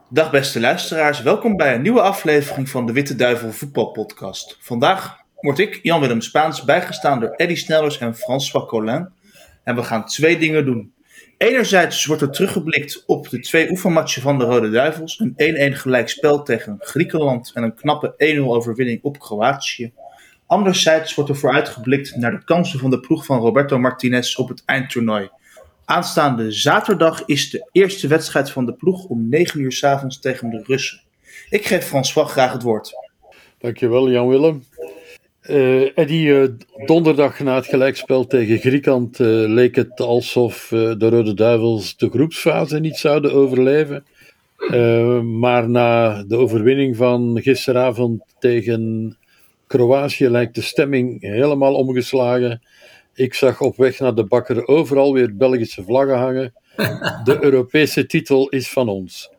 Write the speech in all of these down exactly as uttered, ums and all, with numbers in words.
Dag beste luisteraars, welkom bij een nieuwe aflevering van de Witte Duivel voetbalpodcast. Vandaag word ik, Jan-Willem Spaans, bijgestaan door Eddy Snellers en François Collin. En we gaan twee dingen doen. Enerzijds wordt er teruggeblikt op de twee oefenmatchen van de Rode Duivels. Een één-één gelijkspel tegen Griekenland en een knappe één-nul overwinning op Kroatië. Anderzijds wordt er vooruitgeblikt naar de kansen van de ploeg van Roberto Martinez op het eindtoernooi. Aanstaande zaterdag is de eerste wedstrijd van de ploeg om negen uur 's avonds tegen de Russen. Ik geef François graag het woord. Dankjewel, Jan-Willem. Uh, Eddy, uh, donderdag na het gelijkspel tegen Griekenland uh, leek het alsof uh, de Rode Duivels de groepsfase niet zouden overleven. Uh, maar na de overwinning van gisteravond tegen Kroatië lijkt de stemming helemaal omgeslagen. Ik zag op weg naar de bakker overal weer Belgische vlaggen hangen. De Europese titel is van ons.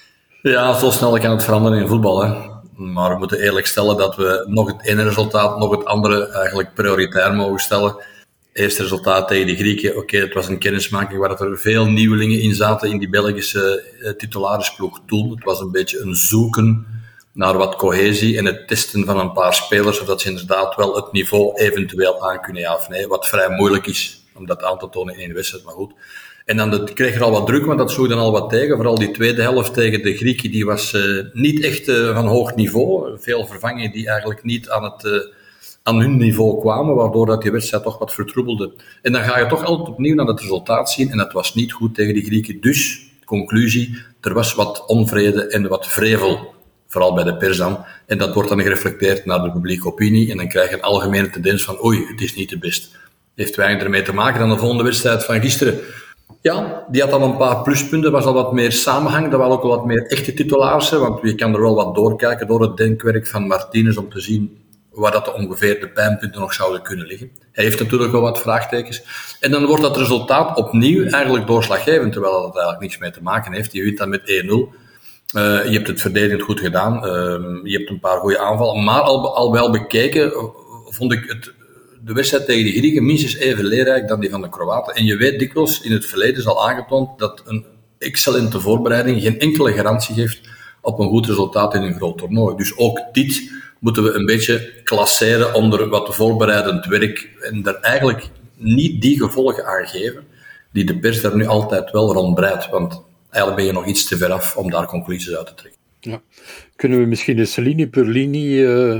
Ja, zo snel kan het veranderen in voetbal, hè. Maar we moeten eerlijk stellen dat we nog het ene resultaat, nog het andere eigenlijk prioritair mogen stellen. Het eerste resultaat tegen de Grieken, oké, okay, het was een kennismaking waar er veel nieuwelingen in zaten in die Belgische uh, titularisploeg toen. Het was een beetje een zoeken naar wat cohesie en het testen van een paar spelers, zodat ze inderdaad wel het niveau eventueel aan kunnen, ja of nee. Wat vrij moeilijk is om dat aan te tonen in één wedstrijd, maar goed. En dan de, kreeg er al wat druk, want dat sloeg dan al wat tegen. Vooral die tweede helft tegen de Grieken, die was uh, niet echt uh, van hoog niveau. Veel vervangingen die eigenlijk niet aan, het, uh, aan hun niveau kwamen, waardoor dat die wedstrijd toch wat vertroebelde. En dan ga je toch altijd opnieuw naar het resultaat zien, en dat was niet goed tegen de Grieken. Dus, conclusie, er was wat onvrede en wat vrevel, vooral bij de pers dan. En dat wordt dan gereflecteerd naar de publieke opinie, en dan krijg je een algemene tendens van oei, het is niet de best. Heeft weinig ermee te maken dan de volgende wedstrijd van gisteren. Ja, die had al een paar pluspunten, was al wat meer samenhang, dat was ook al wat meer echte titularissen, want je kan er wel wat doorkijken door het denkwerk van Martinez om te zien waar dat ongeveer de pijnpunten nog zouden kunnen liggen. Hij heeft natuurlijk wel wat vraagtekens. En dan wordt dat resultaat opnieuw eigenlijk doorslaggevend, terwijl dat eigenlijk niks mee te maken heeft. Je wint dan met één-nul. Uh, je hebt het verdedigend goed gedaan, uh, je hebt een paar goede aanvallen, maar al, al wel bekeken uh, vond ik het de wedstrijd tegen de Grieken minstens even leerrijk dan die van de Kroaten. En je weet dikwijls, in het verleden is al aangetoond, dat een excellente voorbereiding geen enkele garantie geeft op een goed resultaat in een groot toernooi. Dus ook dit moeten we een beetje klasseren onder wat voorbereidend werk en daar eigenlijk niet die gevolgen aan geven die de pers daar nu altijd wel rondbreidt. Want eigenlijk ben je nog iets te ver af om daar conclusies uit te trekken. Ja. Kunnen we misschien eens linie per linie uh,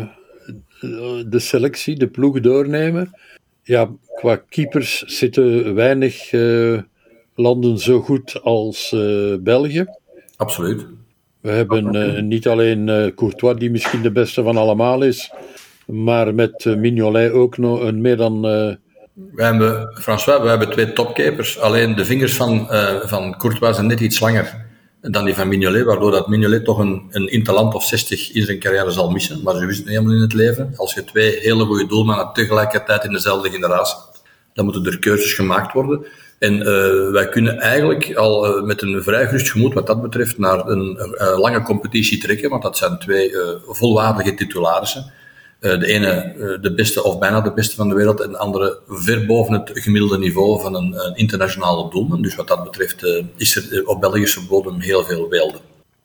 de selectie, de ploeg doornemen? Ja, qua keepers zitten weinig uh, landen zo goed als uh, België. Absoluut. We hebben uh, niet alleen uh, Courtois, die misschien de beste van allemaal is, maar met uh, Mignolet ook nog een meer dan... Uh, Wij hebben, François, wij hebben twee topkeepers. Alleen de vingers van, uh, van Courtois zijn net iets langer dan die van Mignolet, waardoor dat Mignolet toch een, een interland of zestig in zijn carrière zal missen. Maar zo is het helemaal in het leven. Als je twee hele goede doelmannen tegelijkertijd in dezelfde generatie, dan moeten er keuzes gemaakt worden. En uh, wij kunnen eigenlijk al uh, met een vrij gerust gemoed wat dat betreft naar een uh, lange competitie trekken, want dat zijn twee uh, volwaardige titularissen. Uh, de ene uh, de beste of bijna de beste van de wereld en de andere ver boven het gemiddelde niveau van een, een internationale doelman. Dus wat dat betreft uh, is er uh, op Belgische bodem heel veel weelde.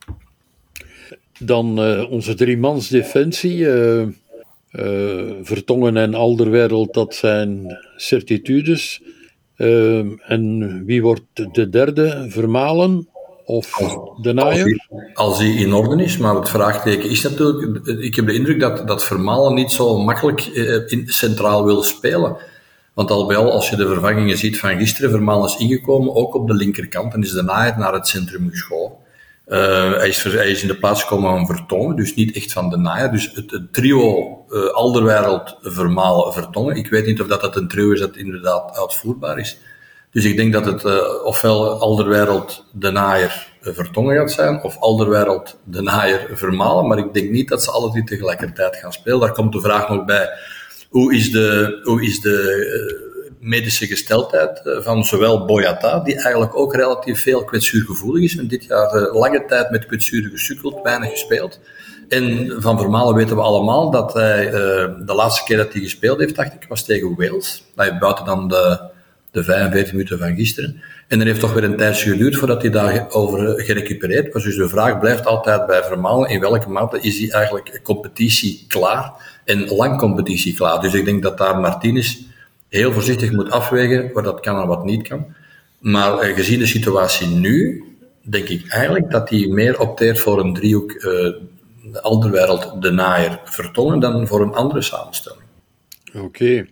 Dan uh, onze driemans defensie. Uh, uh, Vertongen en Alderweireld, dat zijn certitudes. Uh, en wie wordt de derde? Vermalen? Of de Naaier? Als hij in orde is, maar het vraagteken is natuurlijk... Ik heb de indruk dat, dat Vermalen niet zo makkelijk eh, in, centraal wil spelen. Want al bij al, als je de vervangingen ziet van gisteren, Vermalen is ingekomen, ook op de linkerkant, en is de Naaier naar het centrum geschoven. Uh, hij, is, hij is in de plaats gekomen van Vertongen, dus niet echt van de Naaier. Dus het, het trio uh, Alderweireld, Vermalen, Vertongen. Ik weet niet of dat, dat een trio is dat inderdaad uitvoerbaar is. Dus ik denk dat het uh, ofwel Alderweireld, de Naaier, uh, Vertongen gaat zijn, of Alderweireld, de Naaier, Vermalen. Maar ik denk niet dat ze alle drie tegelijkertijd gaan spelen. Daar komt de vraag nog bij, hoe is de, hoe is de uh, medische gesteldheid uh, van zowel Boyata, die eigenlijk ook relatief veel kwetsuurgevoelig is, en dit jaar uh, lange tijd met kwetsuren gesukkeld, weinig gespeeld. En van Vermalen weten we allemaal dat hij, uh, de laatste keer dat hij gespeeld heeft, dacht ik, was tegen Wales. Dat hij buiten dan de de vijfenveertig minuten van gisteren. En dan heeft toch weer een tijdje geduurd voordat hij daarover gerecupereerd was. Dus de vraag blijft altijd bij Vermaelen, in welke mate is hij eigenlijk competitie klaar en lang competitie klaar. Dus ik denk dat daar Martinez heel voorzichtig moet afwegen wat dat kan en wat niet kan. Maar eh, gezien de situatie nu, denk ik eigenlijk dat hij meer opteert voor een driehoek uh, de Alderweireld, de Naaier, Vertongen dan voor een andere samenstelling. Oké. Okay.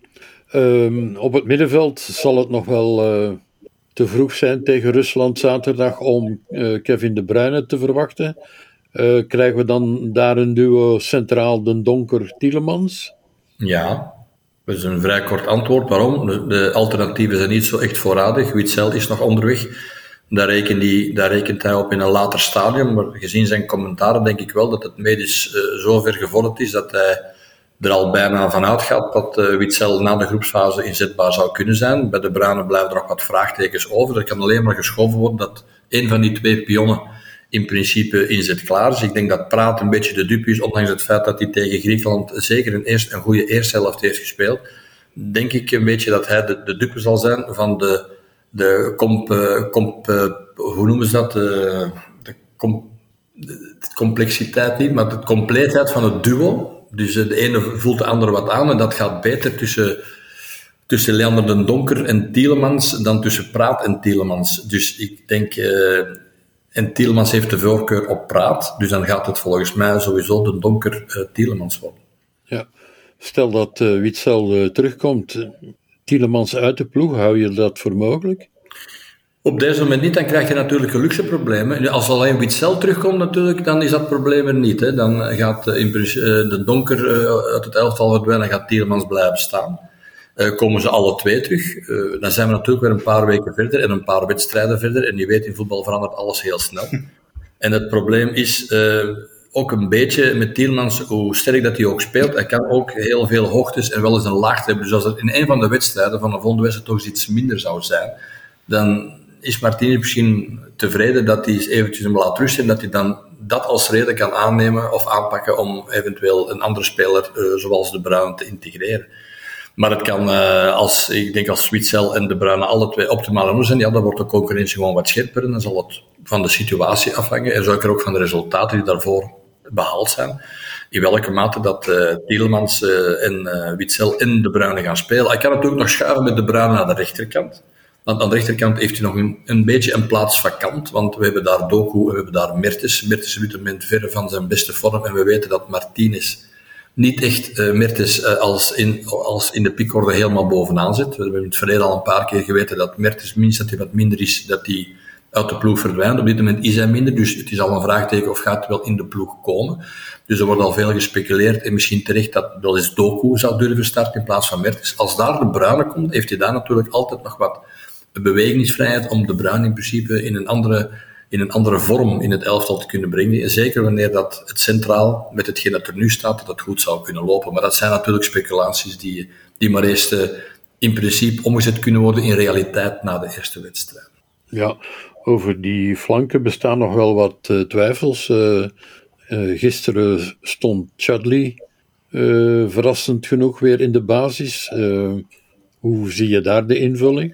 Um, op het middenveld zal het nog wel uh, te vroeg zijn tegen Rusland zaterdag om uh, Kevin De Bruyne te verwachten. Uh, krijgen we dan daar een duo centraal Den Donker-Tielemans? Ja, dat is een vrij kort antwoord. Waarom? De, de alternatieven zijn niet zo echt voorradig. Witsel is nog onderweg. Daar rekent, die, daar rekent hij op in een later stadium. Maar gezien zijn commentaren denk ik wel dat het medisch uh, zo ver gevorderd is dat hij er al bijna van uitgaat dat uh, Witsel na de groepsfase inzetbaar zou kunnen zijn. Bij De Bruyne blijven er nog wat vraagtekens over. Er kan alleen maar geschoven worden dat een van die twee pionnen in principe inzet klaar is. Ik denk dat Praat een beetje de dupe is, ondanks het feit dat hij tegen Griekenland zeker een, eerst, een goede eerste helft heeft gespeeld. Denk ik een beetje dat hij de, de dupe zal zijn van de, de comp, comp, hoe noemen ze dat? De, de, comp, de complexiteit niet, maar de compleetheid van het duo. Dus de ene voelt de andere wat aan en dat gaat beter tussen, tussen Leander Den Donker en Tielemans dan tussen Praat en Tielemans. Dus ik denk, uh, en Tielemans heeft de voorkeur op Praat, dus dan gaat het volgens mij sowieso Den Donker uh, Tielemans worden. Ja, stel dat uh, Witsel uh, terugkomt, Tielemans uit de ploeg, hou je dat voor mogelijk? Op deze moment niet, dan krijg je natuurlijk een luxe probleem. Als alleen Witsel terugkomt natuurlijk, dan is dat probleem er niet. Hè. Dan gaat uh, in, uh, De Donker uh, uit het elftal verdwijnen, dan gaat Tielemans blijven staan. Uh, komen ze alle twee terug, uh, dan zijn we natuurlijk weer een paar weken verder en een paar wedstrijden verder. En je weet, in voetbal verandert alles heel snel. En het probleem is uh, ook een beetje met Tielemans, hoe sterk dat hij ook speelt, hij kan ook heel veel hoogtes en wel eens een laagte hebben. Dus als het in een van de wedstrijden van de volgende wedstrijd toch eens iets minder zou zijn, dan is Martinez misschien tevreden dat hij eens eventjes hem laat rusten en dat hij dan dat als reden kan aannemen of aanpakken om eventueel een andere speler uh, zoals De Bruyne te integreren. Maar het kan, uh, als, ik denk als Witsel en De Bruyne alle twee optimaal in zijn, ja, dan wordt de concurrentie gewoon wat scherper en dan zal het van de situatie afhangen en zeker ook van de resultaten die daarvoor behaald zijn. In welke mate dat uh, Tielemans uh, en uh, Witsel en De Bruyne gaan spelen. Hij kan natuurlijk nog schuiven met De Bruyne naar de rechterkant. Want aan de rechterkant heeft hij nog een, een beetje een plaats vakant, want we hebben daar Doku en we hebben daar Mertens. Mertens is op dit moment verre van zijn beste vorm en we weten dat Martinez niet echt uh, Mertens uh, als, in, als in de piekorde helemaal bovenaan zit. We hebben in het verleden al een paar keer geweten dat Mertens, minstens dat hij wat minder is, dat hij uit de ploeg verdwijnt. Op dit moment is hij minder, dus het is al een vraagteken of gaat hij wel in de ploeg komen. Dus er wordt al veel gespeculeerd en misschien terecht dat wel eens Doku zou durven starten in plaats van Mertens. Als daar De Bruyne komt, heeft hij daar natuurlijk altijd nog wat bewegingsvrijheid om De Bruyne in principe in een andere, in een andere vorm in het elftal te kunnen brengen. En zeker wanneer dat het centraal, met hetgeen dat er nu staat, dat het goed zou kunnen lopen. Maar dat zijn natuurlijk speculaties die, die maar eerst uh, in principe omgezet kunnen worden in realiteit na de eerste wedstrijd. Ja, over die flanken bestaan nog wel wat uh, twijfels. Uh, uh, gisteren stond Chadli uh, verrassend genoeg weer in de basis. Uh, hoe zie je daar de invulling?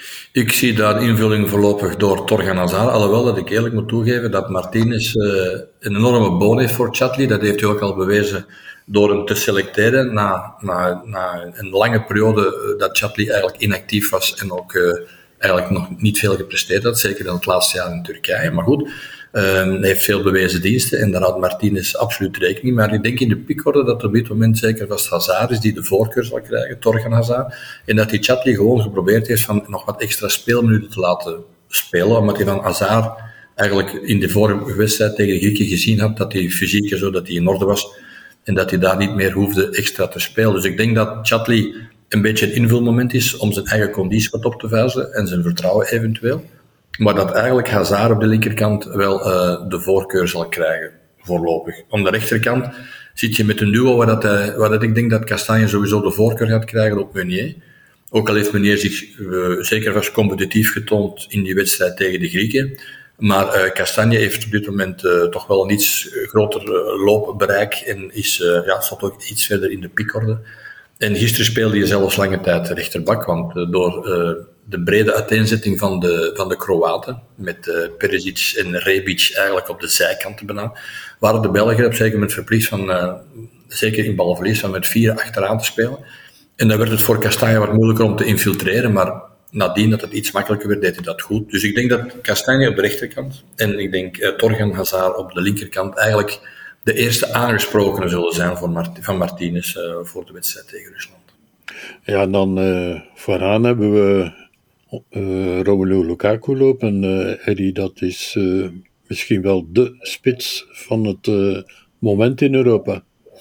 Ik zie daar invulling voorlopig door Torgan Hazard, alhoewel dat ik eerlijk moet toegeven dat Martinez uh, een enorme boon heeft voor Chadli. Dat heeft hij ook al bewezen door hem te selecteren na, na, na een lange periode dat Chadli eigenlijk inactief was en ook uh, eigenlijk nog niet veel gepresteerd had, zeker in het laatste jaar in Turkije. Maar goed, uh, hij heeft veel bewezen diensten en daar houdt Martinez absoluut rekening. Maar ik denk in de piekorde dat op dit moment zeker vast Hazard is die de voorkeur zal krijgen, Torgan Hazard. En dat die Chadli gewoon geprobeerd heeft van nog wat extra speelminuten te laten spelen, omdat hij van Hazard eigenlijk in de vorige wedstrijd tegen de Grieken gezien had dat hij fysiek en zo, dat hij in orde was en dat hij daar niet meer hoefde extra te spelen. Dus ik denk dat Chadli een beetje een invulmoment is om zijn eigen conditie wat op te vijzelen en zijn vertrouwen eventueel. Maar dat eigenlijk Hazard op de linkerkant wel uh, de voorkeur zal krijgen, voorlopig. Aan de rechterkant zit je met een duo waar, dat, uh, waar dat ik denk dat Castagne sowieso de voorkeur gaat krijgen op Meunier. Ook al heeft Meunier zich uh, zeker vast competitief getoond in die wedstrijd tegen de Grieken. Maar uh, Castagne heeft op dit moment uh, toch wel een iets groter uh, loopbereik en is, uh, ja, staat ook iets verder in de piekorde. En gisteren speelde je zelfs lange tijd rechterbak, want uh, door uh, de brede uiteenzetting van de, van de Kroaten, met uh, Perisic en Rebic eigenlijk op de zijkanten bijna, waren de Belgen op een zeker moment verplicht van, uh, zeker in balverlies, van met vier achteraan te spelen. En dan werd het voor Castagne wat moeilijker om te infiltreren, maar nadien dat het iets makkelijker werd, deed hij dat goed. Dus ik denk dat Castagne op de rechterkant en ik denk uh, Torgan Hazard op de linkerkant eigenlijk de eerste aangesprokenen zullen zijn voor Mart- van Martinez uh, voor de wedstrijd tegen Rusland. Ja, en dan uh, vooraan hebben we uh, Romelu Lukaku lopen. Uh, Eddie, dat is uh, misschien wel de spits van het uh, moment in Europa.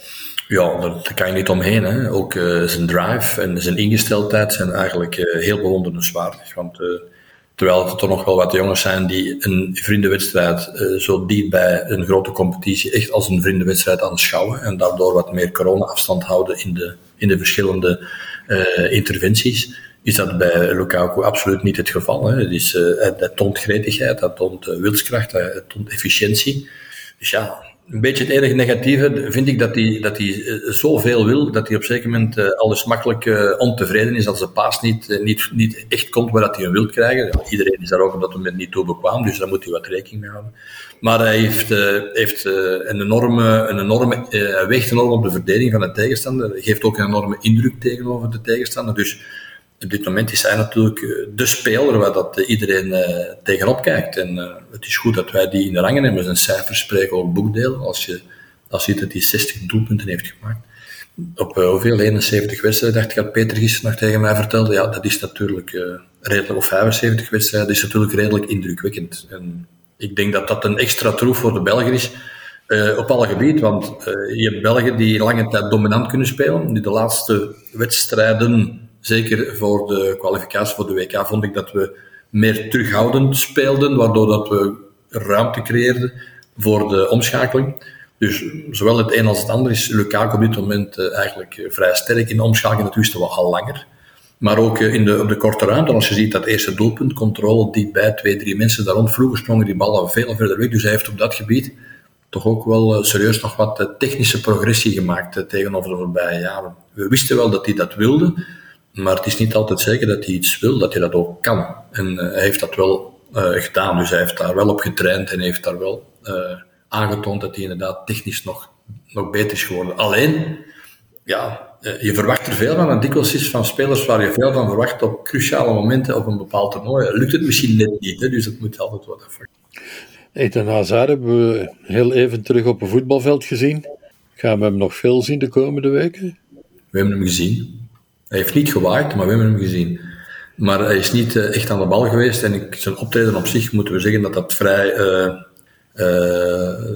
Ja, daar kan je niet omheen. Hè. Ook uh, zijn drive en zijn ingesteldheid zijn eigenlijk uh, heel bewonderenswaardig. Want uh, terwijl er toch nog wel wat jongens zijn die een vriendenwedstrijd uh, zo diep bij een grote competitie echt als een vriendenwedstrijd aanschouwen en daardoor wat meer corona-afstand houden in de, in de verschillende uh, interventies, is dat bij Lukaku absoluut niet het geval. Hè. Het is, uh, hij, hij toont gretigheid, hij toont uh, wilskracht, hij, hij toont efficiëntie. Dus ja, een beetje het enige negatieve vind ik dat hij, dat hij uh, zoveel wil, dat hij op een zeker moment uh, alles makkelijk uh, ontevreden is als de paas niet, uh, niet, niet echt komt waar dat hij hem wil krijgen. Ja, iedereen is daar ook op dat moment niet toe bekwaam, dus daar moet hij wat rekening mee houden. Maar hij heeft, uh, heeft uh, een enorme, een enorme uh, hij weegt enorm op de verdediging van de tegenstander. Hij geeft ook een enorme indruk tegenover de tegenstander. Dus op dit moment is hij natuurlijk de speler waar dat iedereen uh, tegenop kijkt. En uh, het is goed dat wij die in de rangen hebben. Zijn cijfers spreken ook boekdelen. Als je, als je ziet dat hij zestig doelpunten heeft gemaakt. Op uh, hoeveel? eenenzeventig wedstrijden, dacht ik, had Peter gisteren nog tegen mij verteld. Ja, dat is natuurlijk uh, redelijk, of vijfenzeventig wedstrijden, dat is natuurlijk redelijk indrukwekkend. En ik denk dat dat een extra troef voor de Belgen is. Uh, op alle gebieden, want uh, je hebt Belgen die lange tijd dominant kunnen spelen. Die de laatste wedstrijden, zeker voor de kwalificatie voor de W K, vond ik dat we meer terughoudend speelden, waardoor dat we ruimte creëerden voor de omschakeling. Dus zowel het een als het ander is Lukaku op dit moment uh, eigenlijk uh, vrij sterk in de omschakeling. Dat wisten we al langer. Maar ook uh, in de, op de korte ruimte, als je ziet dat eerste doelpunt, controle, diep bij, twee, drie mensen daar rond. Vroeger sprongen die ballen veel verder weg, dus hij heeft op dat gebied toch ook wel uh, serieus nog wat uh, technische progressie gemaakt uh, tegenover de voorbije jaren. We wisten wel dat hij dat wilde, maar het is niet altijd zeker dat hij iets wil, dat hij dat ook kan. En uh, hij heeft dat wel uh, gedaan, dus hij heeft daar wel op getraind en heeft daar wel uh, aangetoond dat hij inderdaad technisch nog, nog beter is geworden. Alleen, ja, uh, je verwacht er veel van, en dikwijls is van spelers waar je veel van verwacht op cruciale momenten op een bepaald toernooi. Lukt het misschien net niet, hè, dus dat moet altijd wat afwachten. Eden Hazard hebben we heel even terug op een voetbalveld gezien. Gaan we hem nog veel zien de komende weken? We hebben hem gezien. Hij heeft niet gewaaid, maar we hebben hem gezien. Maar hij is niet uh, echt aan de bal geweest. En ik, zijn optreden op zich moeten we zeggen dat dat vrij uh, uh,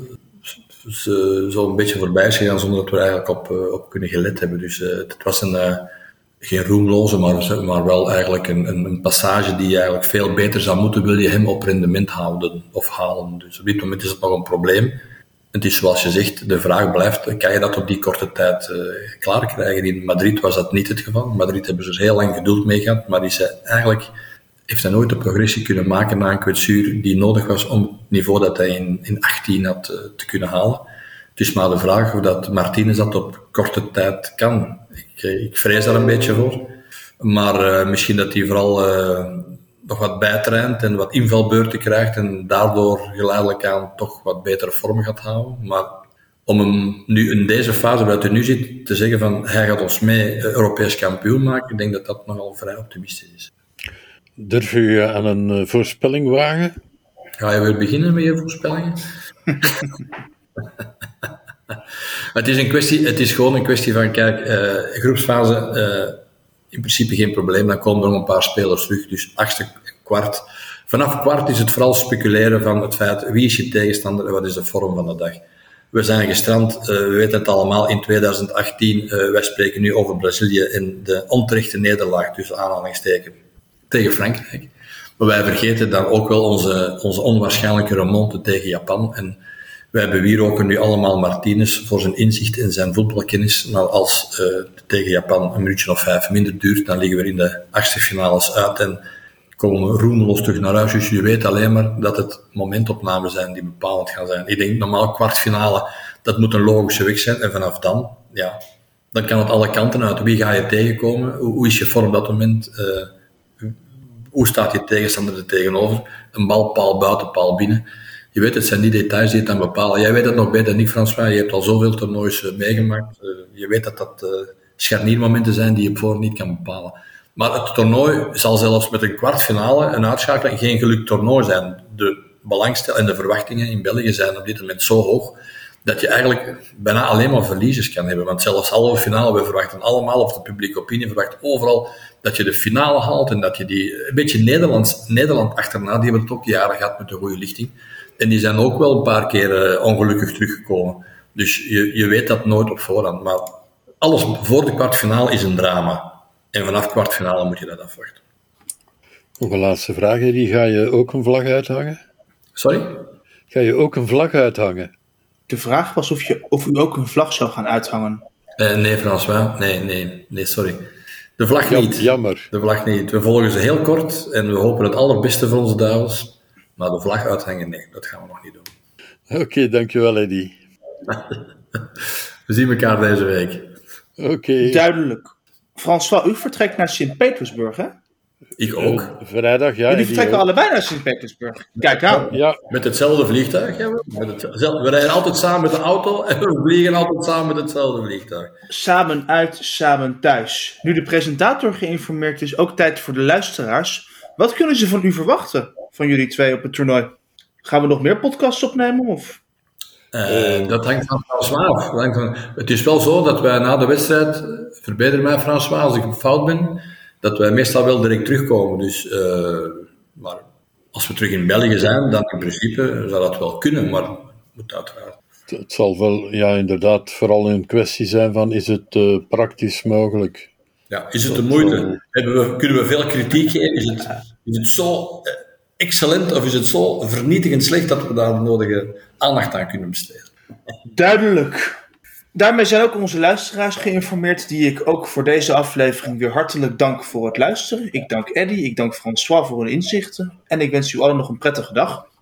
zo een beetje voorbij is gegaan, zonder dat we er eigenlijk op, uh, op kunnen gelet hebben. Dus uh, het was een, uh, geen roemloze, maar, maar wel eigenlijk een, een, een passage die eigenlijk veel beter zou moeten, wil je hem op rendement houden of halen. Dus op dit moment is het nog een probleem. Het is zoals je zegt, de vraag blijft, kan je dat op die korte tijd uh, klaar krijgen? In Madrid was dat niet het geval. In Madrid hebben ze er heel lang geduld mee gehad, maar is hij eigenlijk, heeft hij nooit de progressie kunnen maken na een kwetsuur die nodig was om het niveau dat hij in, in achttien had uh, te kunnen halen. Het is maar de vraag of dat Martinez dat op korte tijd kan. Ik, ik vrees daar een beetje voor. Maar uh, misschien dat hij vooral uh, nog wat bijtraint en wat invalbeurten krijgt en daardoor geleidelijk aan toch wat betere vorm gaat houden. Maar om hem nu in deze fase, waar hij nu zit, te zeggen van hij gaat ons mee Europees kampioen maken, ik denk dat dat nogal vrij optimistisch is. Durf u aan een uh, voorspelling wagen? Ga je weer beginnen met je voorspellingen? het, is een kwestie, het is gewoon een kwestie van, kijk, uh, groepsfase, uh, in principe geen probleem, dan komen er nog een paar spelers terug, dus achtste kwart. Vanaf kwart is het vooral speculeren van het feit, wie is je tegenstander en wat is de vorm van de dag. We zijn gestrand, uh, we weten het allemaal, in twintig achttien, uh, wij spreken nu over Brazilië en de onterechte nederlaag, tussen aanhalingstekens, tegen Frankrijk. Maar wij vergeten dan ook wel onze, onze onwaarschijnlijke remonte tegen Japan. En wij bewieroken nu allemaal Martinez voor zijn inzicht en zijn voetbalkennis. Maar als uh, tegen Japan een minuutje of vijf minder duurt, dan liggen we in de achtste finales uit en komen we roemeloos terug naar huis. Dus je weet alleen maar dat het momentopnamen zijn die bepalend gaan zijn. Ik denk normaal kwartfinale, dat moet een logische weg zijn. En vanaf dan, ja, dan kan het alle kanten uit. Wie ga je tegenkomen? Hoe, hoe is je vorm op dat moment? Uh, hoe staat je tegenstander er tegenover? Een bal, paal buiten, paal binnen. Je weet, het zijn die details die het dan bepalen. Jij weet het nog beter dan ik, François. Je hebt al zoveel toernoois uh, meegemaakt. Uh, je weet dat dat uh, scharniermomenten zijn die je op voorhand niet kan bepalen. Maar het toernooi zal zelfs met een kwartfinale, een uitschakeling, geen gelukt toernooi zijn. De belangstelling en de verwachtingen in België zijn op dit moment zo hoog dat je eigenlijk bijna alleen maar verliezers kan hebben. Want zelfs halve finale, we verwachten allemaal, of de publieke opinie verwacht overal, dat je de finale haalt en dat je die, een beetje Nederlands, Nederland achterna, die hebben het ook jaren gehad met de goede lichting. En die zijn ook wel een paar keer uh, ongelukkig teruggekomen. Dus je, je weet dat nooit op voorhand. Maar alles voor de kwartfinale is een drama. En vanaf kwartfinale moet je dat afwachten. Nog een laatste vraag, die ga je ook een vlag uithangen? Sorry? Ga je ook een vlag uithangen? De vraag was of, je, of u ook een vlag zou gaan uithangen. Uh, nee, François. Nee, nee, nee, sorry. De vlag Jam, niet. Jammer. De vlag niet. We volgen ze heel kort en we hopen het allerbeste voor onze duivels. Maar de vlag uithangen, nee, dat gaan we nog niet doen. Oké, okay, dankjewel Eddy. We zien elkaar deze week. Oké. Okay. Duidelijk. François, u vertrekt naar Sint-Petersburg, hè? Ik ook. Uh, vrijdag, ja. Jullie vertrekken ook allebei naar Sint-Petersburg. Kijk aan. Ja. Met hetzelfde vliegtuig. Ja, met hetzelfde. We rijden altijd samen met de auto en we vliegen altijd samen met hetzelfde vliegtuig. Samen uit, samen thuis. Nu de presentator geïnformeerd is, ook tijd voor de luisteraars. Wat kunnen ze van u verwachten, van jullie twee op het toernooi? Gaan we nog meer podcasts opnemen? Of? Uh, dat hangt van François af. Dat hangt van... Het is wel zo dat wij na de wedstrijd, verbeter mij François als ik fout ben, dat wij meestal wel direct terugkomen. Dus, uh, maar als we terug in België zijn, dan in principe zou dat wel kunnen, maar het moet uiteraard. Het zal wel, ja, inderdaad, vooral een kwestie zijn van, is het uh, praktisch mogelijk? Ja, is het de moeite? Hebben we, kunnen we veel kritiek geven? Is het, is het zo uh, excellent of is het zo vernietigend slecht dat we daar de nodige aandacht aan kunnen besteden? Duidelijk. Daarmee zijn ook onze luisteraars geïnformeerd, die ik ook voor deze aflevering weer hartelijk dank voor het luisteren. Ik dank Eddy, ik dank François voor hun inzichten en ik wens u allen nog een prettige dag.